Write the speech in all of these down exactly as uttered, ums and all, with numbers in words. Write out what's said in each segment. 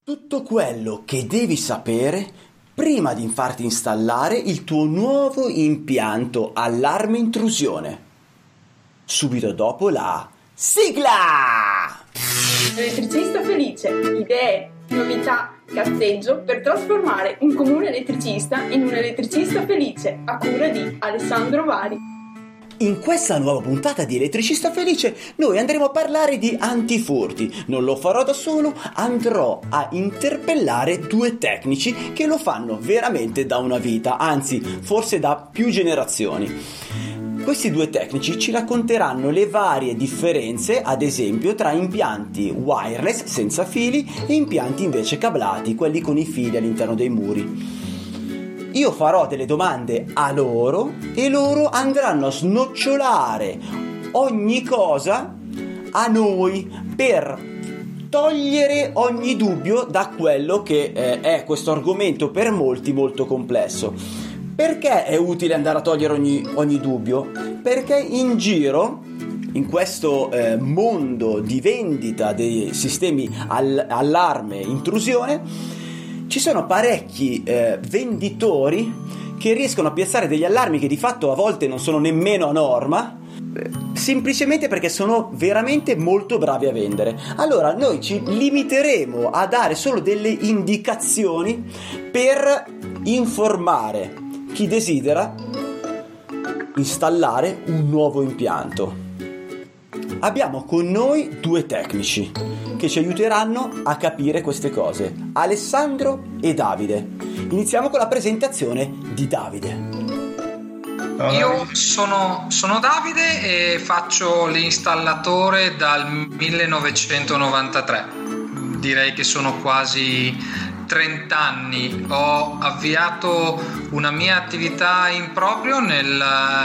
Tutto quello che devi sapere prima di farti installare il tuo nuovo impianto allarme intrusione. Subito dopo la sigla! Elettricista felice, idee, novità, cazzeggio per trasformare un comune elettricista in un elettricista felice, a cura di Alessandro Vari. In questa nuova puntata di Elettricista Felice noi andremo a parlare di antifurti. Non lo farò da solo, andrò a interpellare due tecnici che lo fanno veramente da una vita, anzi forse da più generazioni. Questi due tecnici ci racconteranno le varie differenze, ad esempio, tra impianti wireless senza fili e impianti invece cablati, quelli con i fili all'interno dei muri. Io farò delle domande a loro e loro andranno a snocciolare ogni cosa a noi per togliere ogni dubbio da quello che eh, è questo argomento per molti molto complesso. Perché è utile andare a togliere ogni, ogni dubbio? Perché in giro, in questo eh, mondo di vendita dei sistemi all- allarme intrusione, ci sono parecchi eh, venditori che riescono a piazzare degli allarmi che di fatto a volte non sono nemmeno a norma, eh, semplicemente perché sono veramente molto bravi a vendere. Allora noi ci limiteremo a dare solo delle indicazioni per informare chi desidera installare un nuovo impianto. Abbiamo con noi due tecnici che ci aiuteranno a capire queste cose, Alessandro e Davide. Iniziamo con la presentazione di Davide. Io sono, sono Davide e faccio l'installatore dal millenovecentonovantatré. Direi che sono quasi trenta anni. Ho avviato una mia attività in proprio nel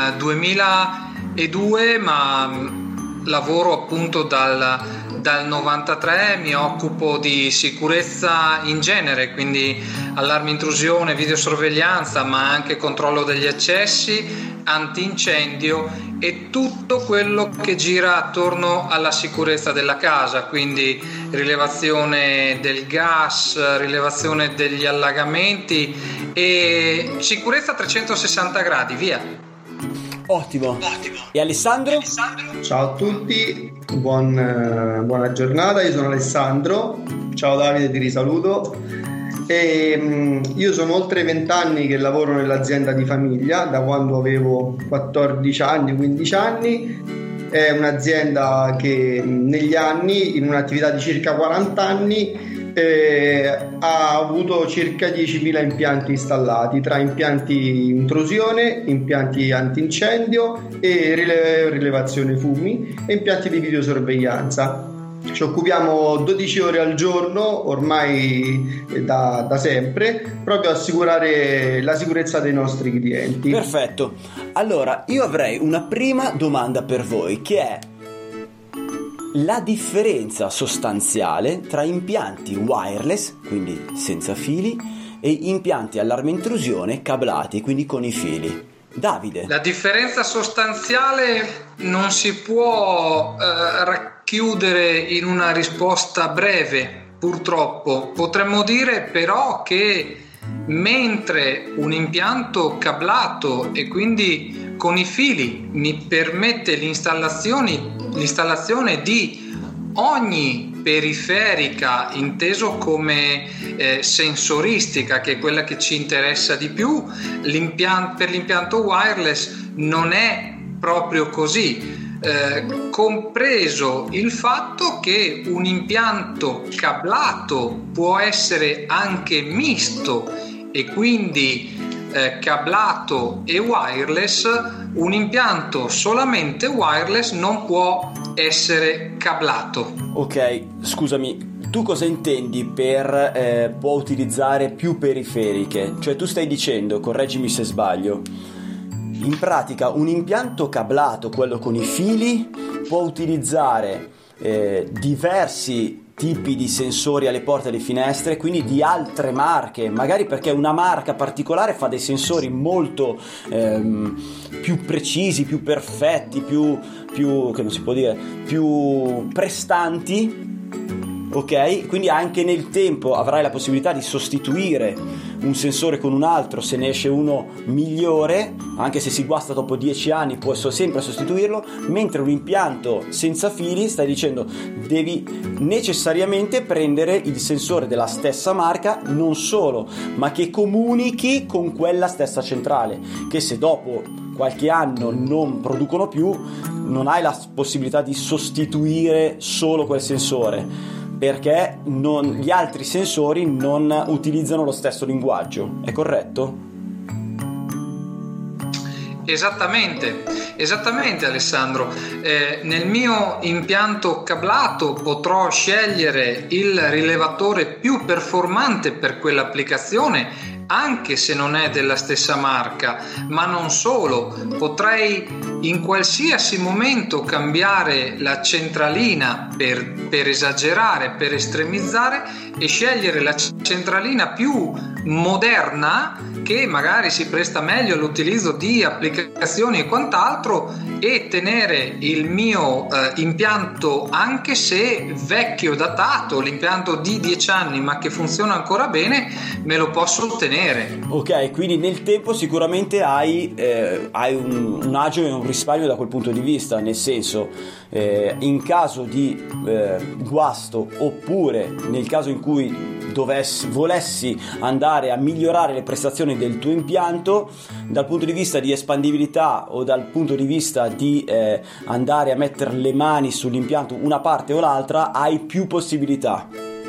duemiladue, ma lavoro appunto dal, dal novantatré, mi occupo di sicurezza in genere, quindi allarme intrusione, videosorveglianza, ma anche controllo degli accessi, antincendio e tutto quello che gira attorno alla sicurezza della casa, quindi rilevazione del gas, rilevazione degli allagamenti e sicurezza a trecentosessanta gradi, via. Ottimo. Ottimo. E Alessandro? Ciao a tutti, buon, eh, buona giornata, io sono Alessandro. Ciao Davide, ti risaluto. E, mh, io sono oltre vent'anni che lavoro nell'azienda di famiglia, da quando avevo quattordici anni, quindici anni. È un'azienda che mh, negli anni, in un'attività di circa quaranta anni, Eh, ha avuto circa diecimila impianti installati tra impianti intrusione, impianti antincendio e rile- rilevazione fumi e impianti di videosorveglianza. Ci occupiamo dodici ore al giorno ormai da, da sempre, proprio a assicurare la sicurezza dei nostri clienti. Perfetto. Allora io avrei una prima domanda per voi, che è la differenza sostanziale tra impianti wireless, quindi senza fili, e impianti allarme intrusione cablati, quindi con i fili. Davide. La differenza sostanziale non si può eh, racchiudere in una risposta breve, purtroppo. Potremmo dire però che mentre un impianto cablato e quindi con i fili mi permette l'installazione l'installazione di ogni periferica, inteso come eh, sensoristica, che è quella che ci interessa di più, l'impianto, per l'impianto wireless non è proprio così, eh, compreso il fatto che un impianto cablato può essere anche misto e quindi eh, cablato e wireless. Un impianto solamente wireless non può essere cablato. Ok, scusami, tu cosa intendi per eh, può utilizzare più periferiche? Cioè tu stai dicendo, correggimi se sbaglio, in pratica un impianto cablato, quello con i fili, può utilizzare eh, diversi tipi di sensori alle porte e alle finestre, quindi di altre marche, magari perché una marca particolare fa dei sensori molto ehm, più precisi, più perfetti, più, più che non si può dire, più prestanti ok? Quindi anche nel tempo avrai la possibilità di sostituire un sensore con un altro se ne esce uno migliore, anche se si guasta dopo dieci anni puoi sempre sostituirlo, mentre un impianto senza fili stai dicendo devi necessariamente prendere il sensore della stessa marca, non solo, ma che comunichi con quella stessa centrale, che se dopo qualche anno non producono più non hai la possibilità di sostituire solo quel sensore, perché non, gli altri sensori non utilizzano lo stesso linguaggio, è corretto? Esattamente, esattamente Alessandro. Eh, nel mio impianto cablato potrò scegliere il rilevatore più performante per quell'applicazione, anche se non è della stessa marca, ma non solo, potrei in qualsiasi momento cambiare la centralina per, per esagerare, per estremizzare, e scegliere la centralina più moderna che magari si presta meglio all'utilizzo di applicazioni e quant'altro, e tenere il mio eh, impianto, anche se vecchio, datato, l'impianto di dieci anni ma che funziona ancora bene, me lo posso ottenere. Ok, quindi nel tempo sicuramente hai, eh, hai un, un agio e un risparmio da quel punto di vista, nel senso eh, in caso di eh, guasto, oppure nel caso in cui dovessi, volessi andare a migliorare le prestazioni del tuo impianto dal punto di vista di espandibilità o dal punto di vista di eh, andare a mettere le mani sull'impianto una parte o l'altra, hai più possibilità.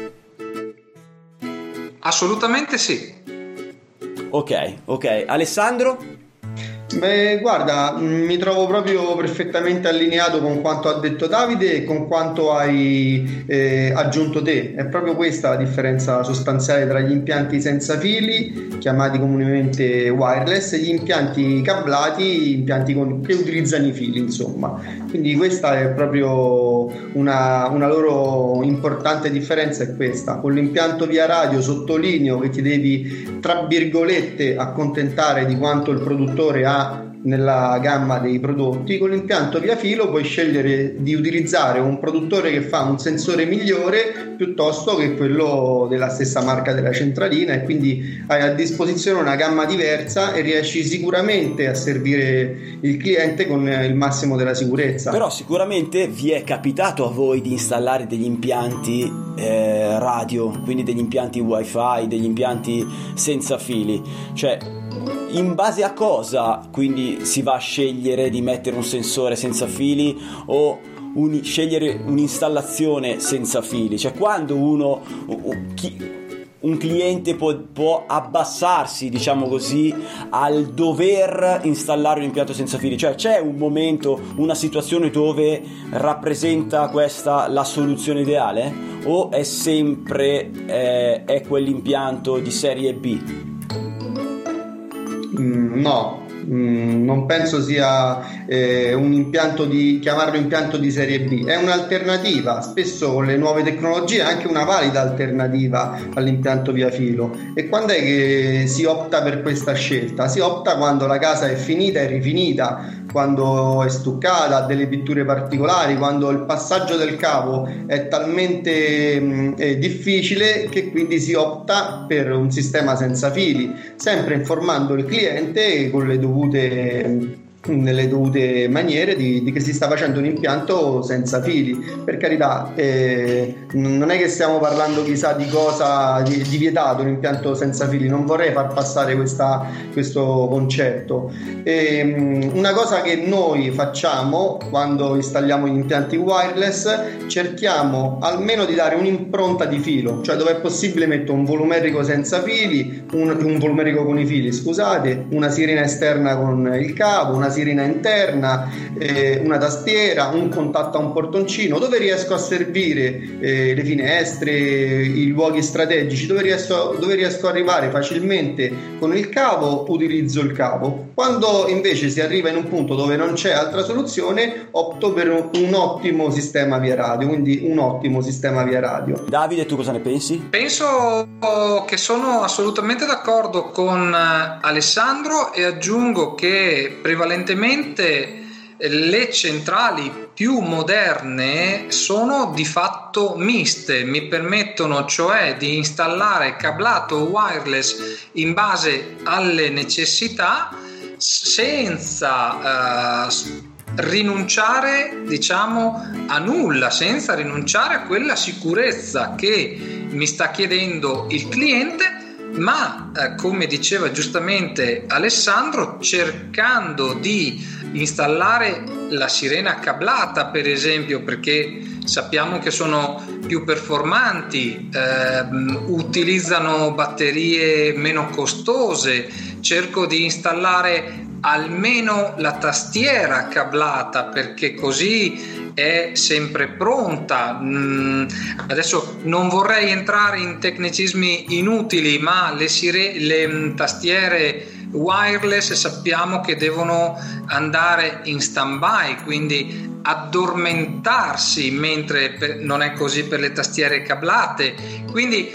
Assolutamente sì. Ok, ok. Alessandro? Beh, guarda, mi trovo proprio perfettamente allineato con quanto ha detto Davide e con quanto hai eh, aggiunto te. È proprio questa la differenza sostanziale tra gli impianti senza fili, chiamati comunemente wireless, e gli impianti cablati, impianti con, che utilizzano i fili, insomma. Quindi questa è proprio una, una loro importante differenza, è questa. Con l'impianto via radio sottolineo che ti devi, tra virgolette, accontentare di quanto il produttore ha nella gamma dei prodotti. Con l'impianto via filo puoi scegliere di utilizzare un produttore che fa un sensore migliore piuttosto che quello della stessa marca della centralina, e quindi hai a disposizione una gamma diversa e riesci sicuramente a servire il cliente con il massimo della sicurezza. Però sicuramente vi è capitato a voi di installare degli impianti eh, radio, quindi degli impianti wifi, degli impianti senza fili, cioè in base a cosa quindi si va a scegliere di mettere un sensore senza fili o un, scegliere un'installazione senza fili? Cioè quando uno un cliente può, può abbassarsi, diciamo così, al dover installare un impianto senza fili? Cioè c'è un momento, una situazione dove rappresenta questa la soluzione ideale, o è sempre eh, è quell'impianto di serie B? Mm, no, mm, non penso sia eh, un impianto di chiamarlo impianto di serie B, è un'alternativa, spesso con le nuove tecnologie anche una valida alternativa all'impianto via filo. E quando è che si opta per questa scelta? Si opta quando la casa è finita e rifinita, quando è stuccata, ha delle pitture particolari, quando il passaggio del cavo è talmente mh, è difficile che quindi si opta per un sistema senza fili, sempre informando il cliente con le dovute nelle dovute maniere di, di che si sta facendo un impianto senza fili. Per carità, eh, non è che stiamo parlando chissà di cosa di, di vietato un impianto senza fili, non vorrei far passare questa, questo concetto. E, una cosa che noi facciamo quando installiamo gli impianti wireless, cerchiamo almeno di dare un'impronta di filo, cioè dove è possibile metto un volumerico senza fili, un, un volumerico con i fili, scusate, una sirena esterna con il cavo, una sirena interna, eh, una tastiera, un contatto a un portoncino, dove riesco a servire eh, le finestre, i luoghi strategici, dove riesco, dove riesco a arrivare facilmente con il cavo, utilizzo il cavo. Quando invece si arriva in un punto dove non c'è altra soluzione, opto per un, un ottimo sistema via radio, quindi un ottimo sistema via radio. Davide, tu cosa ne pensi? Penso che sono assolutamente d'accordo con Alessandro, e aggiungo che prevalentemente le centrali più moderne sono di fatto miste, mi permettono cioè di installare cablato wireless in base alle necessità senza eh, rinunciare, diciamo, a nulla, senza rinunciare a quella sicurezza che mi sta chiedendo il cliente, ma eh, come diceva giustamente Alessandro, cercando di installare la sirena cablata, per esempio, perché sappiamo che sono più performanti, eh, utilizzano batterie meno costose. Cerco di installare almeno la tastiera cablata, perché così è sempre pronta. Mm, adesso non vorrei entrare in tecnicismi inutili, ma le, sire- le mm, tastiere wireless sappiamo che devono andare in stand-by, quindi addormentarsi, mentre per, non è così per le tastiere cablate. Quindi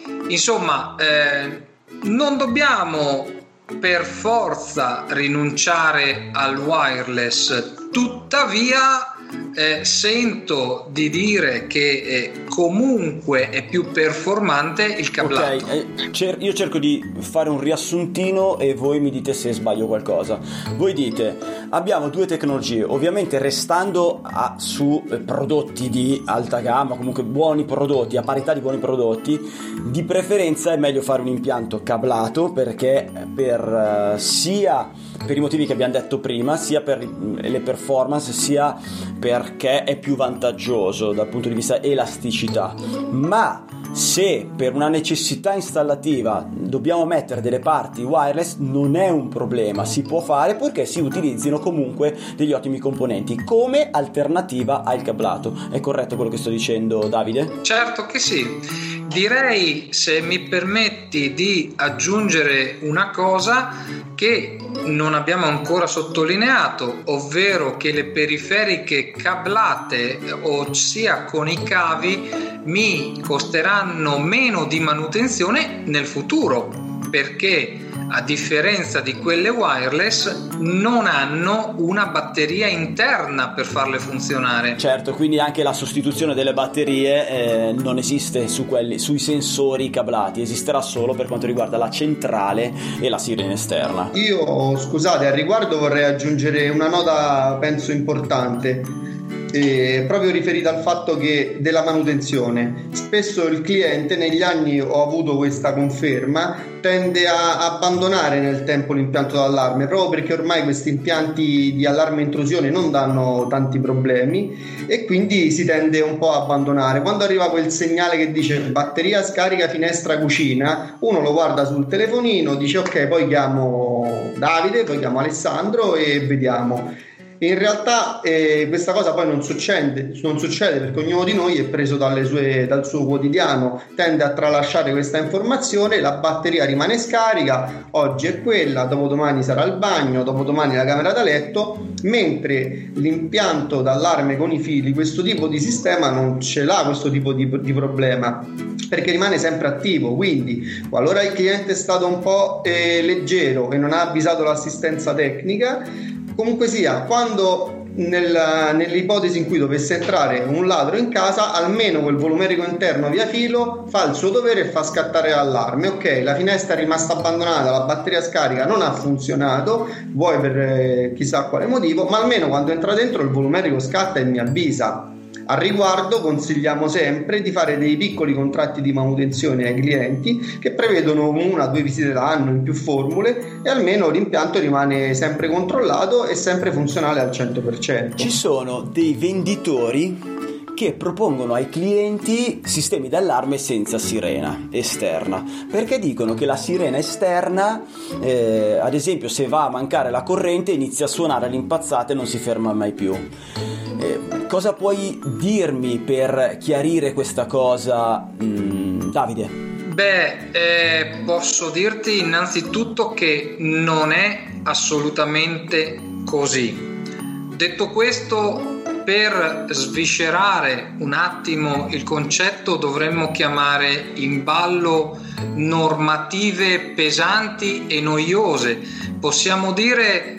insomma eh, non dobbiamo per forza rinunciare al wireless, tuttavia eh, sento di dire che eh, comunque è più performante il cablato. Ok, eh, cer- io cerco di fare un riassuntino e voi mi dite se sbaglio qualcosa. Voi dite: abbiamo due tecnologie, ovviamente restando a, su eh, prodotti di alta gamma, comunque buoni prodotti, a parità di buoni prodotti. Di preferenza è meglio fare un impianto cablato, perché per eh, sia per i motivi che abbiamo detto prima, sia per le performance, sia perché è più vantaggioso dal punto di vista elasticità. Ma se per una necessità installativa dobbiamo mettere delle parti wireless, non è un problema, si può fare, perché si utilizzino comunque degli ottimi componenti come alternativa al cablato. È corretto quello che sto dicendo, Davide? Certo che sì. Direi, se mi permetti, di aggiungere una cosa che non abbiamo ancora sottolineato, ovvero che le periferiche cablate, ossia con i cavi, mi costeranno meno di manutenzione nel futuro, perché a differenza di quelle wireless non hanno una batteria interna per farle funzionare. Certo, quindi anche la sostituzione delle batterie eh, non esiste su quelli, sui sensori cablati, esisterà solo per quanto riguarda la centrale e la sirena esterna. Io, scusate, al riguardo vorrei aggiungere una nota, penso importante. Eh, proprio riferita al fatto che della manutenzione, spesso il cliente, negli anni ho avuto questa conferma, tende a abbandonare nel tempo l'impianto d'allarme, proprio perché ormai questi impianti di allarme intrusione non danno tanti problemi e quindi si tende un po' a abbandonare. Quando arriva quel segnale che dice batteria scarica finestra cucina, uno lo guarda sul telefonino, dice ok, poi chiamo Davide, poi chiamo Alessandro e vediamo. In realtà eh, questa cosa poi non succede, non succede perché ognuno di noi è preso dalle sue, dal suo quotidiano, tende a tralasciare questa informazione, la batteria rimane scarica, oggi è quella, dopodomani sarà il bagno, dopodomani la camera da letto, mentre l'impianto d'allarme con i fili, questo tipo di sistema non ce l'ha questo tipo di, di problema, perché rimane sempre attivo. Quindi qualora il cliente è stato un po' eh, leggero e non ha avvisato l'assistenza tecnica, comunque sia, quando nel, nell'ipotesi in cui dovesse entrare un ladro in casa, almeno quel volumerico interno via filo fa il suo dovere e fa scattare l'allarme. Ok, la finestra è rimasta abbandonata, la batteria scarica non ha funzionato, vuoi per eh, chissà quale motivo, ma almeno quando entra dentro il volumerico scatta e mi avvisa. Al riguardo consigliamo sempre di fare dei piccoli contratti di manutenzione ai clienti che prevedono una o due visite l'anno in più formule e almeno l'impianto rimane sempre controllato e sempre funzionale al cento per cento. Ci sono dei venditori che propongono ai clienti sistemi d'allarme senza sirena esterna, perché dicono che la sirena esterna eh, ad esempio, se va a mancare la corrente, inizia a suonare all'impazzata e non si ferma mai più. Eh, cosa puoi dirmi per chiarire questa cosa, mm, Davide? Beh, eh, posso dirti innanzitutto che non è assolutamente così. Detto questo, per sviscerare un attimo il concetto dovremmo chiamare in ballo normative pesanti e noiose. Possiamo dire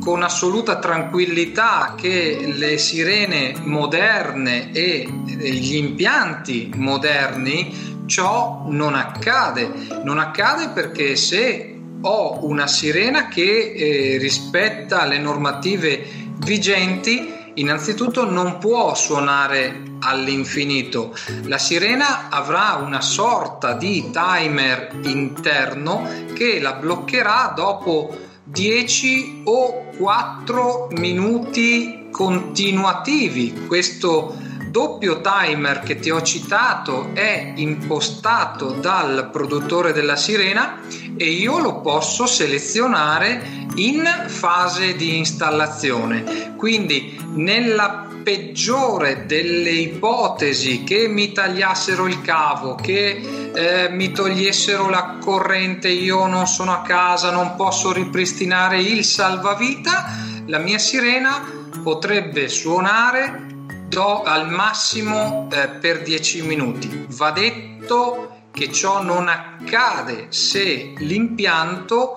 con assoluta tranquillità che le sirene moderne e gli impianti moderni ciò non accade. Non accade perché se ho una sirena che eh, rispetta le normative vigenti, innanzitutto non può suonare all'infinito. La sirena avrà una sorta di timer interno che la bloccherà dopo dieci o quattro minuti continuativi. Questo doppio timer che ti ho citato è impostato dal produttore della sirena e io lo posso selezionare in fase di installazione. Quindi nella peggiore delle ipotesi, che mi tagliassero il cavo, che eh, mi togliessero la corrente, io non sono a casa, non posso ripristinare il salvavita, la mia sirena potrebbe suonare do al massimo eh, per dieci minuti. Va detto che ciò non accade se l'impianto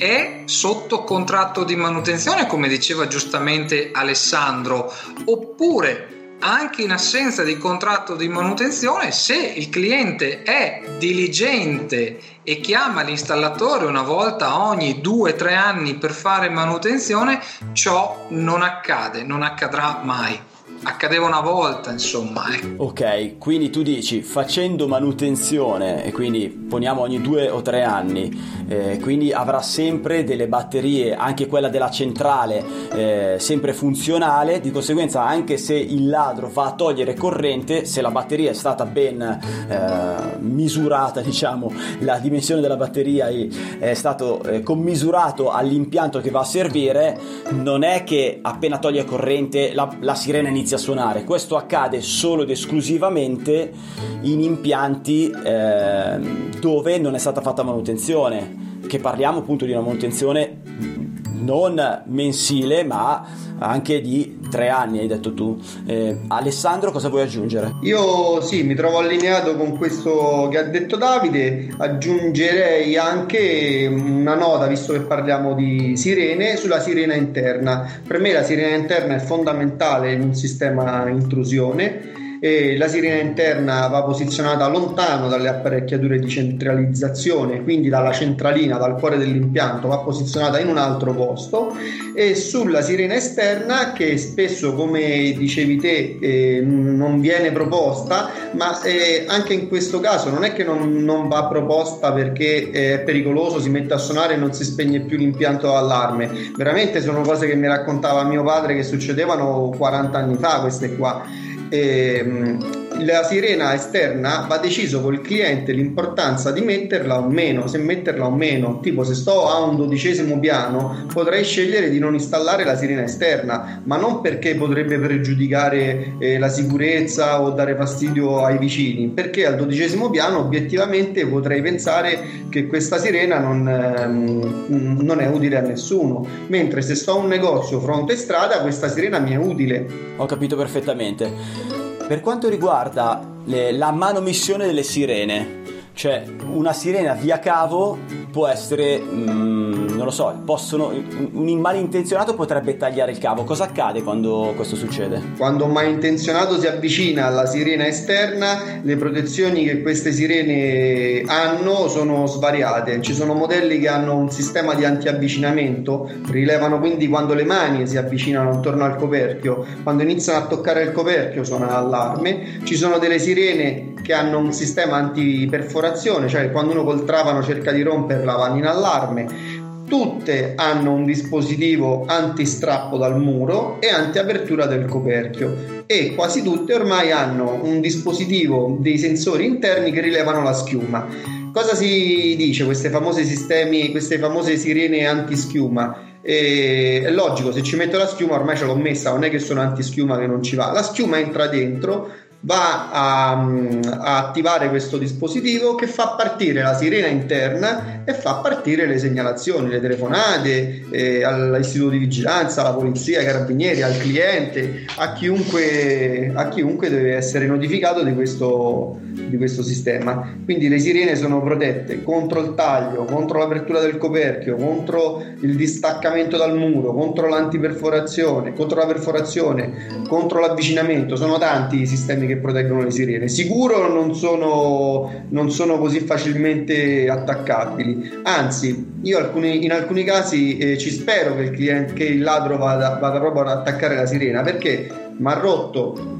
è sotto contratto di manutenzione, come diceva giustamente Alessandro, oppure anche in assenza di contratto di manutenzione, se il cliente è diligente e chiama l'installatore una volta ogni due o tre anni per fare manutenzione, ciò non accade, non accadrà mai. Accadeva una volta, insomma. Eh. Ok, quindi tu dici facendo manutenzione, e quindi poniamo ogni due o tre anni, eh, quindi avrà sempre delle batterie, anche quella della centrale, eh, sempre funzionale. Di conseguenza, anche se il ladro va a togliere corrente, se la batteria è stata ben eh, misurata, diciamo, la dimensione della batteria è stato eh, commisurato all'impianto che va a servire, non è che appena toglie corrente la, la sirena inizia a suonare. Questo accade solo ed esclusivamente in impianti eh, dove non è stata fatta manutenzione, che parliamo appunto di una manutenzione non mensile ma anche di tre anni, hai detto tu. eh, Alessandro, cosa vuoi aggiungere? Io sì, mi trovo allineato con questo che ha detto Davide. Aggiungerei anche una nota, visto che parliamo di sirene, sulla sirena interna. Per me la sirena interna è fondamentale in un sistema intrusione. E la sirena interna va posizionata lontano dalle apparecchiature di centralizzazione, quindi dalla centralina, dal cuore dell'impianto, va posizionata in un altro posto. E sulla sirena esterna, che spesso, come dicevi te, eh, non viene proposta, ma eh, anche in questo caso non è che non, non va proposta perché è pericoloso, si mette a suonare e non si spegne più l'impianto allarme. Veramente sono cose che mi raccontava mio padre che succedevano quaranta anni fa, queste qua. E, la sirena esterna va deciso col cliente l'importanza di metterla o meno, se metterla o meno. Tipo, se sto a un dodicesimo piano potrei scegliere di non installare la sirena esterna, ma non perché potrebbe pregiudicare eh, la sicurezza o dare fastidio ai vicini, perché al dodicesimo piano obiettivamente potrei pensare che questa sirena non, ehm, non è utile a nessuno, mentre se sto a un negozio fronte strada questa sirena mi è utile. Ho capito perfettamente. Per quanto riguarda le, la manomissione delle sirene, cioè una sirena via cavo può essere, mm, non lo so, possono, un malintenzionato potrebbe tagliare il cavo. Cosa accade quando questo succede? Quando un malintenzionato si avvicina alla sirena esterna, le protezioni che queste sirene hanno sono svariate. Ci sono modelli che hanno un sistema di antiavvicinamento, rilevano quindi quando le mani si avvicinano attorno al coperchio, quando iniziano a toccare il coperchio suona l'allarme. Ci sono delle sirene che hanno un sistema antiperforazione, cioè quando uno col trapano cerca di romperla vanno in allarme. Tutte hanno un dispositivo antistrappo dal muro e antiapertura del coperchio, e quasi tutte ormai hanno un dispositivo, dei sensori interni che rilevano la schiuma. Cosa si dice? Queste famose sistemi, queste famose sirene antischiuma. E è logico, se ci metto la schiuma ormai ce l'ho messa, non è che sono antischiuma che non ci va. La schiuma entra dentro, va a, a attivare questo dispositivo che fa partire la sirena interna e fa partire le segnalazioni, le telefonate eh, all'istituto di vigilanza, alla polizia, ai carabinieri, al cliente, a chiunque, a chiunque deve essere notificato di questo, di questo sistema. Quindi le sirene sono protette contro il taglio, contro l'apertura del coperchio, contro il distaccamento dal muro, contro l'antiperforazione, contro la perforazione, contro l'avvicinamento. Sono tanti i sistemi che proteggono le sirene. Sicuro non sono, non sono così facilmente attaccabili, anzi io alcuni, in alcuni casi eh, ci spero che il cliente, che il ladro vada, vada proprio ad attaccare la sirena, perché mi ha rotto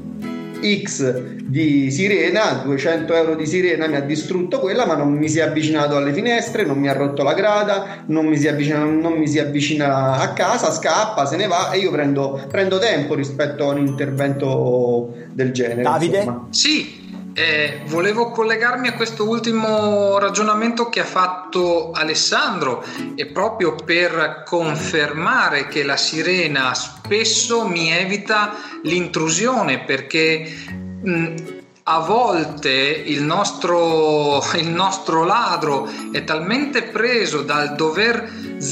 X di sirena, duecento euro di sirena, mi ha distrutto quella, ma non mi si è avvicinato alle finestre, non mi ha rotto la grata, non mi si avvicina, non mi si avvicina a casa, scappa, se ne va, e io prendo, prendo tempo rispetto a un intervento del genere. Davide? Insomma. Sì, eh, volevo collegarmi a questo ultimo ragionamento che ha fatto Alessandro, e proprio per confermare che la sirena spesso mi evita l'intrusione, perché mh, a volte il nostro, il nostro ladro è talmente preso dal dover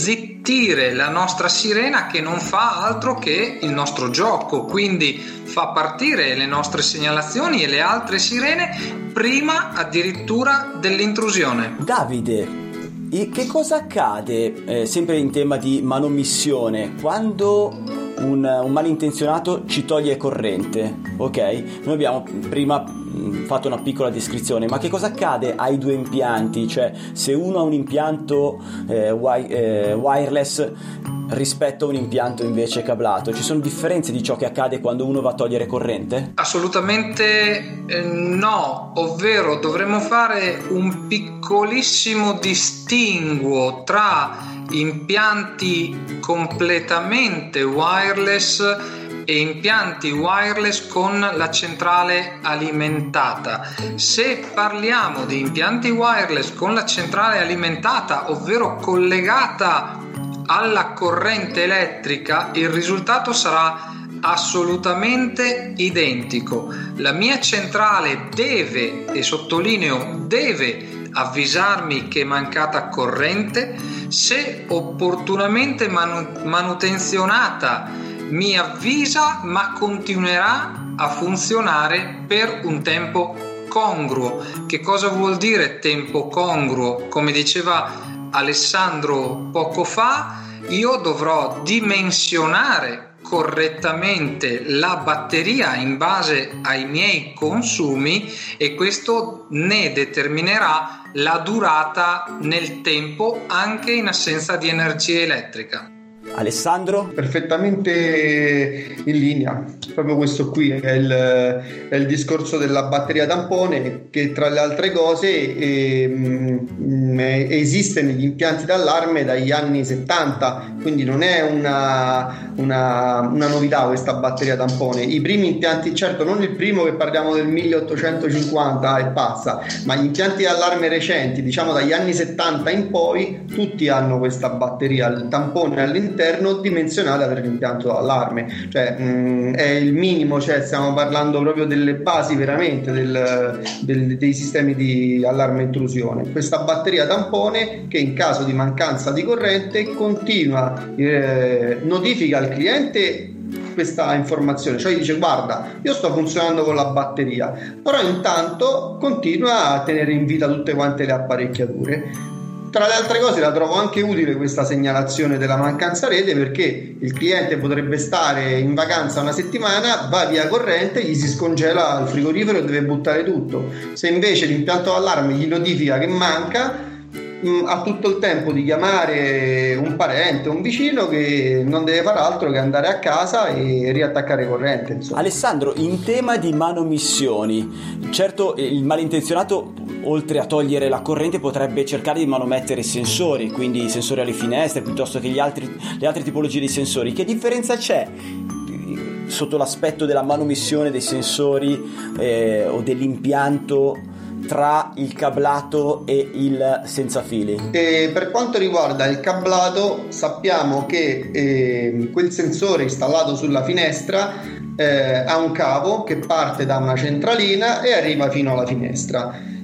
zittire la nostra sirena che non fa altro che il nostro gioco, quindi fa partire le nostre segnalazioni e le altre sirene prima addirittura dell'intrusione. Davide, e che cosa accade, eh, sempre in tema di manomissione, quando un, un malintenzionato ci toglie corrente? Ok? Noi abbiamo prima fatto una piccola descrizione, ma che cosa accade ai due impianti? Cioè, se uno ha un impianto eh, wi- eh, wireless rispetto a un impianto invece cablato, ci sono differenze di ciò che accade quando uno va a togliere corrente? Assolutamente eh, no, ovvero dovremmo fare un piccolissimo distinguo tra impianti completamente wireless e impianti wireless con la centrale alimentata. Se parliamo di impianti wireless con la centrale alimentata, ovvero collegata alla corrente elettrica, il risultato sarà assolutamente identico. La mia centrale deve, e sottolineo deve, avvisarmi che è mancata corrente. Se opportunamente manu- manutenzionata mi avvisa, ma continuerà a funzionare per un tempo congruo. Che cosa vuol dire tempo congruo? Come diceva Alessandro poco fa, io dovrò dimensionare correttamente la batteria in base ai miei consumi, e questo ne determinerà la durata nel tempo anche in assenza di energia elettrica. Alessandro? Perfettamente in linea, proprio questo qui è il, è il discorso della batteria tampone, che tra le altre cose eh, esiste negli impianti d'allarme dagli anni settanta, quindi non è una, una, una novità questa batteria tampone. I primi impianti, certo non il primo, che parliamo del milleottocentocinquanta e passa, ma gli impianti d'allarme recenti, diciamo dagli anni settanta in poi, tutti hanno questa batteria, il tampone all'interno dimensionata per l'impianto d'allarme, cioè mh, è il minimo, cioè stiamo parlando proprio delle basi veramente del, del, dei sistemi di allarme intrusione. Questa batteria tampone che in caso di mancanza di corrente continua, eh, notifica al cliente questa informazione, cioè dice: guarda, io sto funzionando con la batteria, però intanto continua a tenere in vita tutte quante le apparecchiature. Tra le altre cose la trovo anche utile questa segnalazione della mancanza rete, perché il cliente potrebbe stare in vacanza una settimana, va via corrente, gli si scongela il frigorifero e deve buttare tutto. Se invece l'impianto d'allarme gli notifica che manca, mh, ha tutto il tempo di chiamare un parente, un vicino, che non deve far altro che andare a casa e riattaccare corrente, insomma. Alessandro, in tema di manomissioni, certo il malintenzionato, oltre a togliere la corrente, potrebbe cercare di manomettere sensori, quindi i sensori alle finestre piuttosto che gli altri, le altre tipologie di sensori. Che differenza c'è sotto l'aspetto della manomissione dei sensori eh, o dell'impianto tra il cablato e il senza fili? E per quanto riguarda il cablato, sappiamo che eh, quel sensore installato sulla finestra eh, ha un cavo che parte da una centralina e arriva fino alla finestra.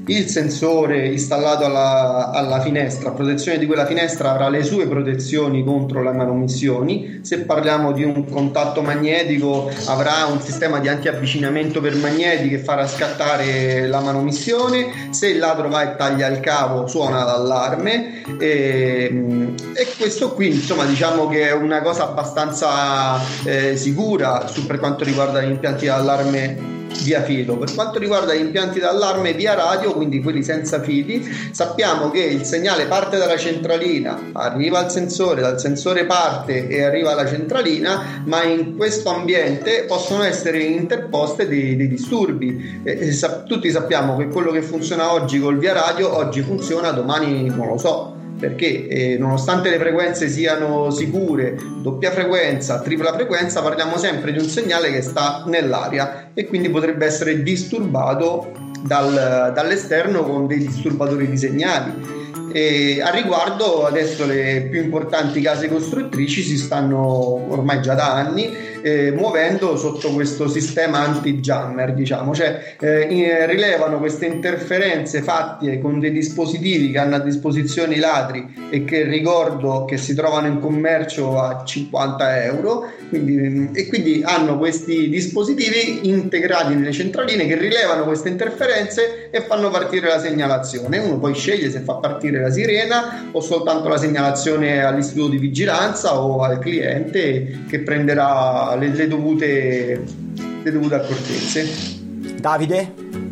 il sensore installato alla, alla finestra, a protezione di quella finestra, avrà le sue protezioni contro le manomissioni. Se parliamo di un contatto magnetico, avrà un sistema di antiavvicinamento per magneti che farà scattare la manomissione. Se il ladro va e taglia il cavo, suona l'allarme, e, e questo qui, insomma, diciamo che è una cosa abbastanza eh, sicura su, per quanto riguarda gli impianti d'allarme via filo. Per quanto riguarda gli impianti d'allarme via radio, quindi quelli senza fili, sappiamo che il segnale parte dalla centralina, arriva al sensore, dal sensore parte e arriva alla centralina, ma in questo ambiente possono essere interposte dei, dei disturbi. E, sa, tutti sappiamo che quello che funziona oggi col via radio, oggi funziona, domani non lo so, perché eh, nonostante le frequenze siano sicure, doppia frequenza, tripla frequenza, parliamo sempre di un segnale che sta nell'aria e quindi potrebbe essere disturbato dal, dall'esterno con dei disturbatori di segnali. E a riguardo adesso le più importanti case costruttrici si stanno ormai già da anni eh, muovendo sotto questo sistema anti-jammer, diciamo, cioè eh, rilevano queste interferenze fatte con dei dispositivi che hanno a disposizione i ladri e che ricordo che si trovano in commercio a cinquanta euro, quindi, e quindi hanno questi dispositivi integrati nelle centraline che rilevano queste interferenze e fanno partire la segnalazione. Uno poi sceglie se fa partire la sirena o soltanto la segnalazione all'istituto di vigilanza o al cliente che prenderà le, le dovute le dovute accortezze. Davide?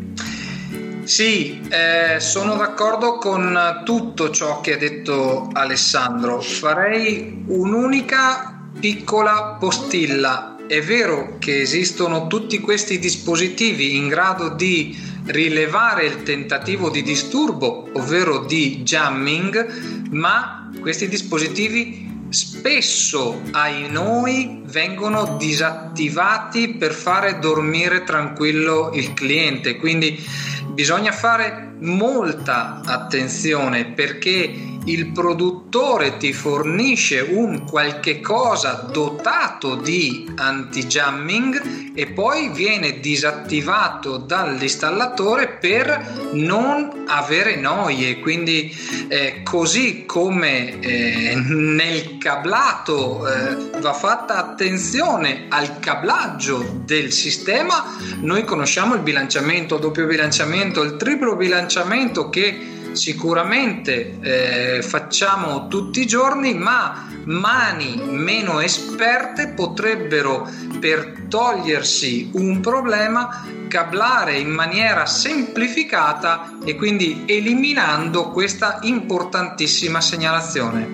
Sì, eh, sono d'accordo con tutto ciò che ha detto Alessandro. Farei un'unica piccola postilla. È vero che esistono tutti questi dispositivi in grado di rilevare il tentativo di disturbo, ovvero di jamming, ma questi dispositivi spesso, ai noi, vengono disattivati per fare dormire tranquillo il cliente, quindi bisogna fare molta attenzione, perché il produttore ti fornisce un qualche cosa dotato di anti-jamming e poi viene disattivato dall'installatore per non avere noie. Quindi eh, così come eh, nel cablato eh, va fatta attenzione al cablaggio del sistema, noi conosciamo il bilanciamento, il doppio bilanciamento, il triplo bilanciamento che sicuramente eh, facciamo tutti i giorni, ma mani meno esperte potrebbero, per togliersi un problema, cablare in maniera semplificata e quindi eliminando questa importantissima segnalazione.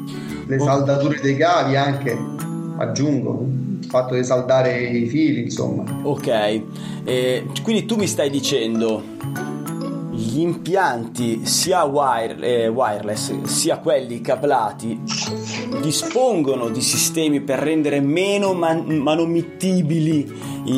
Le saldature dei cavi anche, aggiungo, il fatto di saldare i fili, insomma. Ok, eh, quindi tu mi stai dicendo gli impianti sia wire, eh, wireless sia quelli cablati dispongono di sistemi per rendere meno man- manomettibili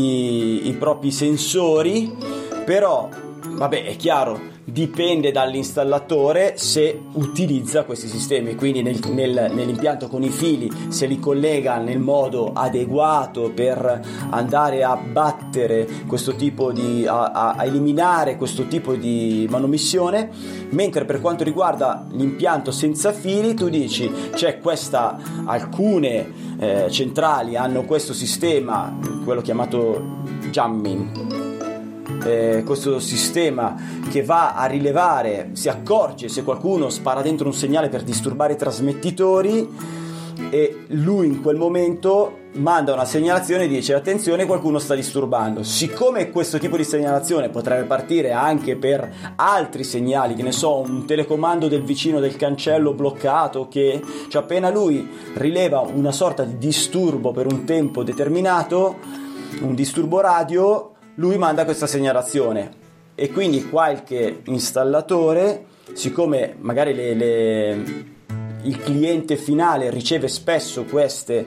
i, i propri sensori, però vabbè, è chiaro, dipende dall'installatore se utilizza questi sistemi, quindi nel, nel, nell'impianto con i fili, se li collega nel modo adeguato per andare a battere questo tipo di a, a eliminare questo tipo di manomissione. Mentre per quanto riguarda l'impianto senza fili, tu dici c'è questa, alcune eh, centrali hanno questo sistema, quello chiamato jamming, Eh, questo sistema che va a rilevare, si accorge se qualcuno spara dentro un segnale per disturbare i trasmettitori e lui in quel momento manda una segnalazione e dice attenzione, qualcuno sta disturbando. Siccome questo tipo di segnalazione potrebbe partire anche per altri segnali, che ne so, un telecomando del vicino del cancello bloccato, che cioè appena lui rileva una sorta di disturbo per un tempo determinato, un disturbo radio, lui manda questa segnalazione e quindi qualche installatore, siccome magari le, le, il cliente finale riceve spesso queste,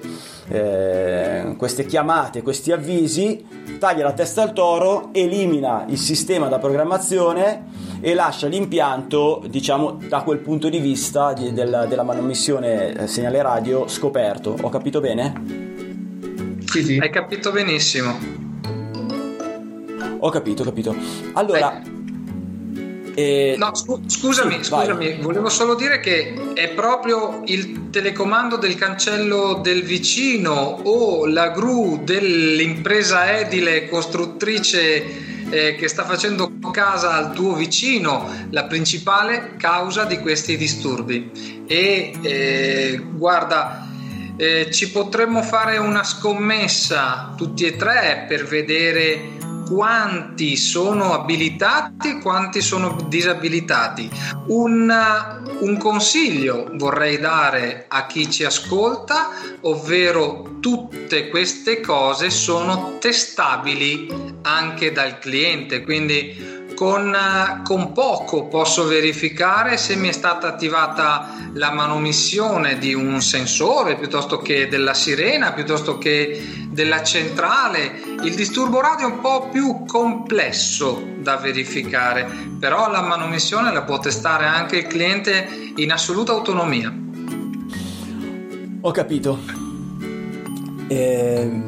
eh, queste chiamate, questi avvisi, taglia la testa al toro, elimina il sistema da programmazione e lascia l'impianto, diciamo, da quel punto di vista di, della, della manomissione segnale radio scoperto. Ho capito bene? Sì, sì. Hai capito benissimo. Ho capito, ho capito. Allora, Beh, Eh, no, scu- scusami, sì, scusami, vai. volevo solo dire che è proprio il telecomando del cancello del vicino o la gru dell'impresa edile costruttrice eh, che sta facendo casa al tuo vicino la principale causa di questi disturbi. E eh, guarda, eh, ci potremmo fare una scommessa tutti e tre per vedere quanti sono abilitati e quanti sono disabilitati. Un, un consiglio vorrei dare a chi ci ascolta, ovvero tutte queste cose sono testabili anche dal cliente, quindi con, con poco posso verificare se mi è stata attivata la manomissione di un sensore piuttosto che della sirena, piuttosto che della centrale. Il disturbo radio è un po' più complesso da verificare, però la manomissione la può testare anche il cliente in assoluta autonomia. Ho capito. Ehm...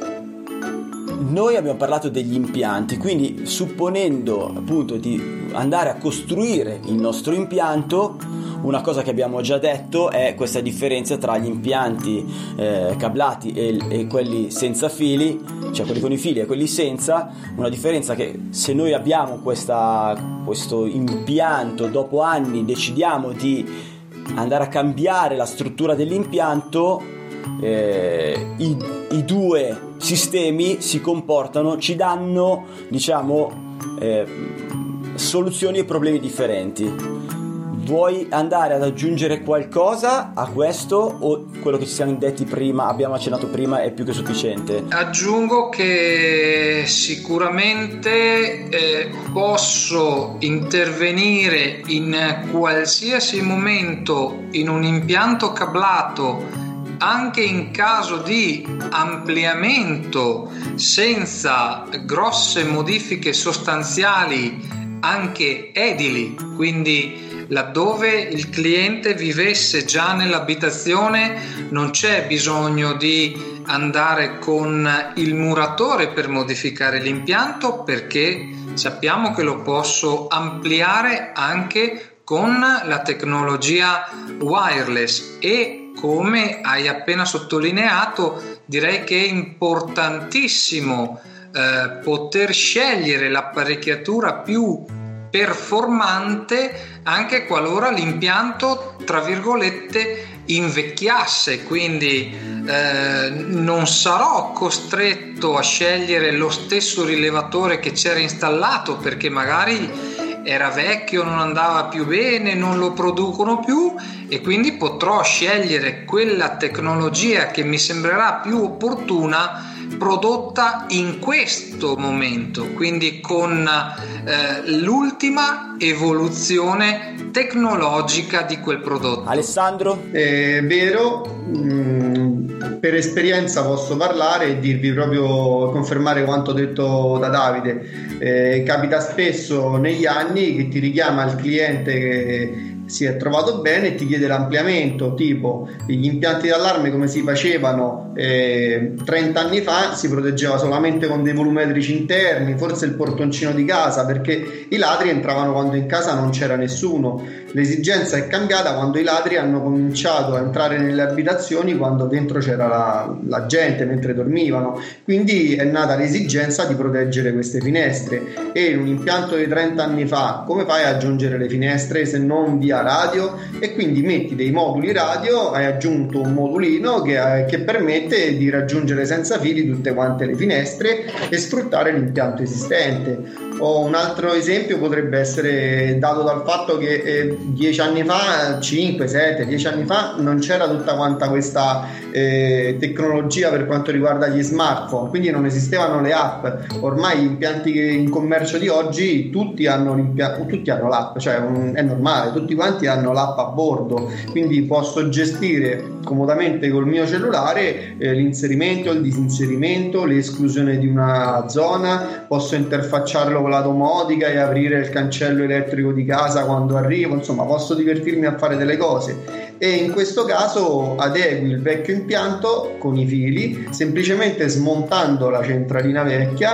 Noi abbiamo parlato degli impianti, quindi supponendo appunto di andare a costruire il nostro impianto, una cosa che abbiamo già detto è questa differenza tra gli impianti eh, cablati e, e quelli senza fili, cioè quelli con i fili e quelli senza. Una differenza che se noi abbiamo questa, questo impianto, dopo anni decidiamo di andare a cambiare la struttura dell'impianto, eh, i, i due sistemi si comportano, ci danno, diciamo, eh, soluzioni ai problemi differenti. Vuoi andare ad aggiungere qualcosa a questo o quello che ci siamo detti prima, abbiamo accennato prima, è più che sufficiente? Aggiungo che sicuramente eh, posso intervenire in qualsiasi momento in un impianto cablato, anche in caso di ampliamento senza grosse modifiche sostanziali, anche edili, quindi laddove il cliente vivesse già nell'abitazione non c'è bisogno di andare con il muratore per modificare l'impianto, perché sappiamo che lo posso ampliare anche con la tecnologia wireless. E come hai appena sottolineato, direi che è importantissimo eh, poter scegliere l'apparecchiatura più performante anche qualora l'impianto, tra virgolette, invecchiasse, quindi eh, non sarò costretto a scegliere lo stesso rilevatore che c'era installato perché magari era vecchio, non andava più bene, non lo producono più, e quindi potrò scegliere quella tecnologia che mi sembrerà più opportuna prodotta in questo momento, quindi con eh, l'ultima evoluzione tecnologica di quel prodotto. Alessandro? È vero, mh, per esperienza posso parlare e dirvi proprio, confermare quanto detto da Davide. Eh, capita spesso negli anni che ti richiama il cliente che si è trovato bene e ti chiede l'ampliamento, tipo gli impianti d'allarme come si facevano eh, trenta anni fa, si proteggeva solamente con dei volumetrici interni, forse il portoncino di casa, perché i ladri entravano quando in casa non c'era nessuno. L'esigenza è cambiata quando i ladri hanno cominciato a entrare nelle abitazioni quando dentro c'era la, la gente mentre dormivano, quindi è nata l'esigenza di proteggere queste finestre. E in un impianto di trenta anni fa come fai ad aggiungere le finestre se non via radio? E quindi metti dei moduli radio, hai aggiunto un modulino che, che permette di raggiungere senza fili tutte quante le finestre e sfruttare l'impianto esistente. O un altro esempio potrebbe essere dato dal fatto che eh, dieci anni fa, cinque, sette, dieci anni fa non c'era tutta quanta questa eh, tecnologia per quanto riguarda gli smartphone, quindi non esistevano le app. Ormai gli impianti che in commercio di oggi tutti hanno l'impianto, tutti hanno l'app, cioè un, è normale, tutti quanti hanno l'app a bordo, quindi posso gestire comodamente col mio cellulare eh, l'inserimento, il disinserimento, l'esclusione di una zona, posso interfacciarlo con la domotica e aprire il cancello elettrico di casa quando arrivo, insomma posso divertirmi a fare delle cose. E in questo caso adegui il vecchio impianto con i fili, semplicemente smontando la centralina vecchia,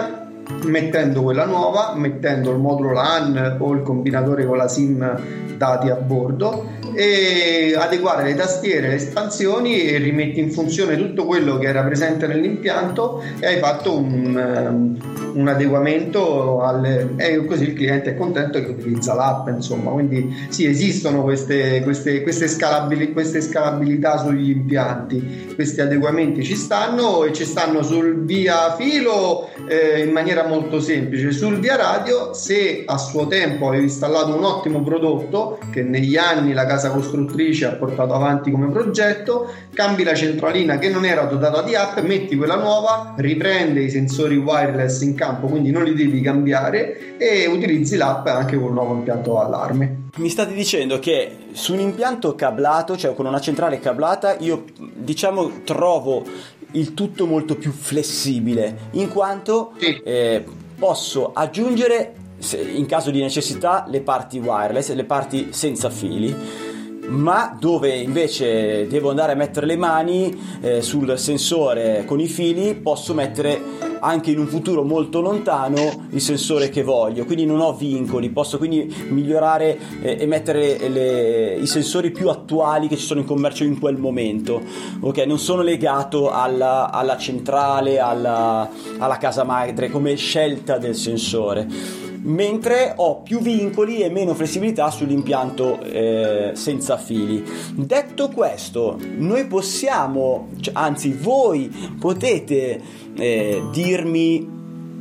mettendo quella nuova, mettendo il modulo LAN o il combinatore con la SIM dati a bordo, e adeguare le tastiere, le espansioni, e rimetti in funzione tutto quello che era presente nell'impianto e hai fatto un, um, un adeguamento alle, e così il cliente è contento che utilizza l'app, insomma. Quindi sì, esistono queste, queste, queste, scalabili, queste scalabilità sugli impianti, questi adeguamenti ci stanno, e ci stanno sul via filo eh, in maniera molto semplice. Sul via radio, se a suo tempo avevi installato un ottimo prodotto che negli anni la casa costruttrice ha portato avanti come progetto, cambi la centralina che non era dotata di app, metti quella nuova, riprende i sensori wireless in campo, quindi non li devi cambiare, e utilizzi l'app anche con un nuovo impianto allarme. Mi state dicendo che su un impianto cablato, cioè con una centrale cablata, io diciamo trovo il tutto molto più flessibile, in quanto sì. eh, posso aggiungere, in caso di necessità, le parti wireless, le parti senza fili, ma dove invece devo andare a mettere le mani eh, sul sensore con i fili, posso mettere anche in un futuro molto lontano il sensore che voglio, quindi non ho vincoli, posso quindi migliorare eh, e mettere le, le, i sensori più attuali che ci sono in commercio in quel momento, ok? Non sono legato alla, alla centrale, alla, alla casa madre come scelta del sensore, mentre ho più vincoli e meno flessibilità sull'impianto eh, senza fili. Detto questo, noi possiamo, cioè, anzi voi potete eh, dirmi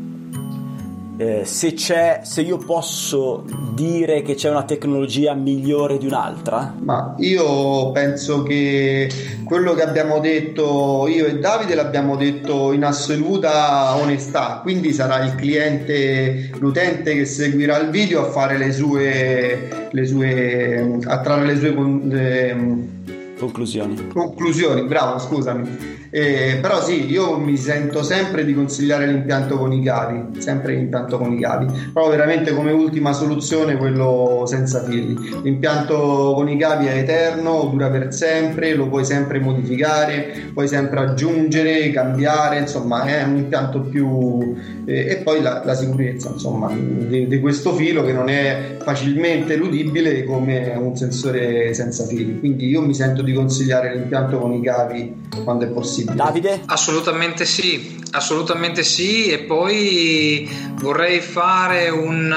eh, se c'è, se io posso dire che c'è una tecnologia migliore di un'altra? Ma io penso che quello che abbiamo detto io e Davide l'abbiamo detto in assoluta onestà, quindi sarà il cliente, l'utente che seguirà il video a fare le sue, le sue a trarre le sue con, le, conclusioni. Conclusioni, bravo, scusami. Eh, però sì, io mi sento sempre di consigliare l'impianto con i cavi, sempre l'impianto con i cavi, però veramente come ultima soluzione quello senza fili. L'impianto con i cavi è eterno, dura per sempre, lo puoi sempre modificare, puoi sempre aggiungere, cambiare, insomma è un impianto più eh, e poi la, la sicurezza, insomma, di, di questo filo che non è facilmente eludibile come un sensore senza fili. Quindi io mi sento di consigliare l'impianto con i cavi quando è possibile. Davide? Assolutamente sì, assolutamente sì. E poi vorrei fare un,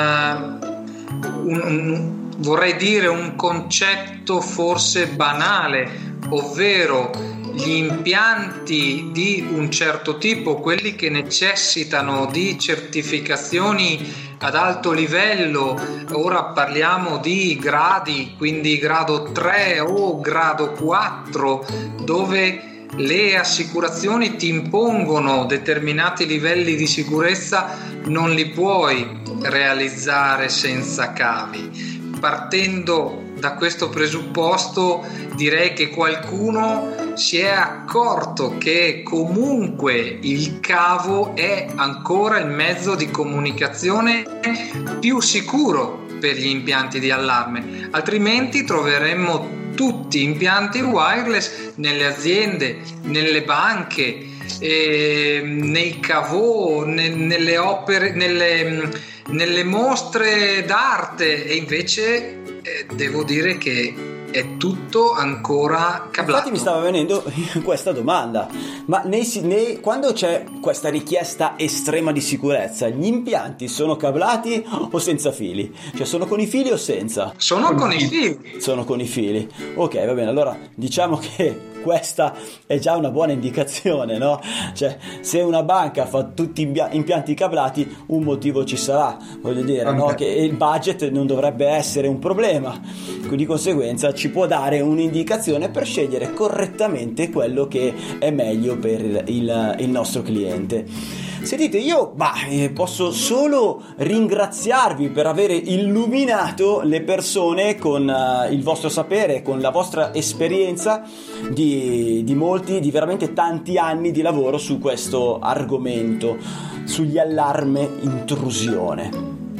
un, un vorrei dire un concetto forse banale, ovvero gli impianti di un certo tipo, quelli che necessitano di certificazioni ad alto livello, ora parliamo di gradi, quindi grado tre o grado quattro, dove le assicurazioni ti impongono determinati livelli di sicurezza, non li puoi realizzare senza cavi. Partendo da questo presupposto, direi che qualcuno si è accorto che comunque il cavo è ancora il mezzo di comunicazione più sicuro per gli impianti di allarme, altrimenti troveremmo tutti impianti wireless nelle aziende, nelle banche, eh, nei cavò, ne, nelle opere, nelle, nelle mostre d'arte, e invece eh, devo dire che è tutto ancora cablato. Infatti mi stava venendo questa domanda, ma nei, nei, quando c'è questa richiesta estrema di sicurezza, gli impianti sono cablati o senza fili? Cioè sono con i fili o senza? Sono con i fili. Sono con i fili. Ok, va bene, allora diciamo che questa è già una buona indicazione, no? Cioè, se una banca fa tutti impianti cablati, un motivo ci sarà, voglio dire, no? Che il budget non dovrebbe essere un problema, quindi di conseguenza ci può dare un'indicazione per scegliere correttamente quello che è meglio per il, il nostro cliente. Sentite, io bah, posso solo ringraziarvi per aver illuminato le persone con uh, il vostro sapere, con la vostra esperienza di, di molti, di veramente tanti anni di lavoro su questo argomento, sugli allarme intrusione.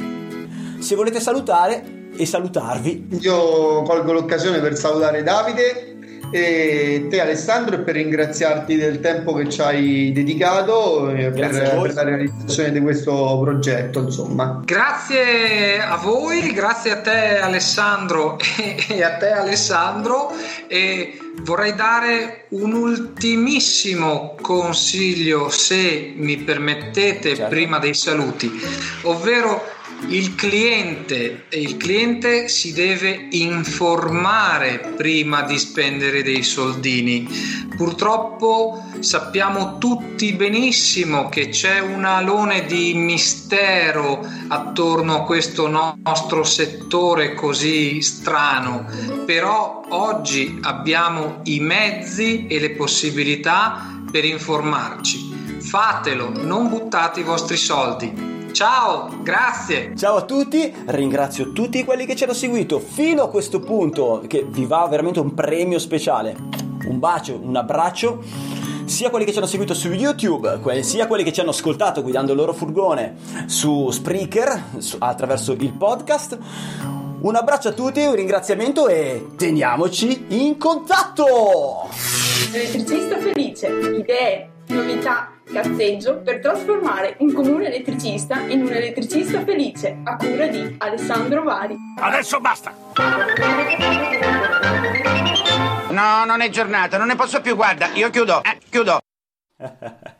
Se volete salutare e salutarvi, io colgo l'occasione per salutare Davide, e te Alessandro e per ringraziarti del tempo che ci hai dedicato per, per la realizzazione di questo progetto, insomma. Grazie a voi, grazie a te Alessandro e a te Alessandro, e vorrei dare un ultimissimo consiglio, se mi permettete, certo, prima dei saluti, ovvero il cliente, il cliente si deve informare prima di spendere dei soldini. Purtroppo sappiamo tutti benissimo che c'è un alone di mistero attorno a questo nostro settore così strano, però oggi abbiamo i mezzi e le possibilità per informarci. Fatelo, non buttate i vostri soldi. Ciao, grazie. Ciao a tutti, ringrazio tutti quelli che ci hanno seguito fino a questo punto, che vi va veramente un premio speciale. Un bacio, un abbraccio, sia quelli che ci hanno seguito su YouTube, sia quelli che ci hanno ascoltato guidando il loro furgone su Spreaker, su, attraverso il podcast. Un abbraccio a tutti, un ringraziamento e teniamoci in contatto! Elettricista felice, idee, novità, cazzeggio per trasformare un comune elettricista in un elettricista felice, a cura di Alessandro Vari. Adesso basta! No, non è giornata, non ne posso più, guarda, io chiudo, eh, chiudo.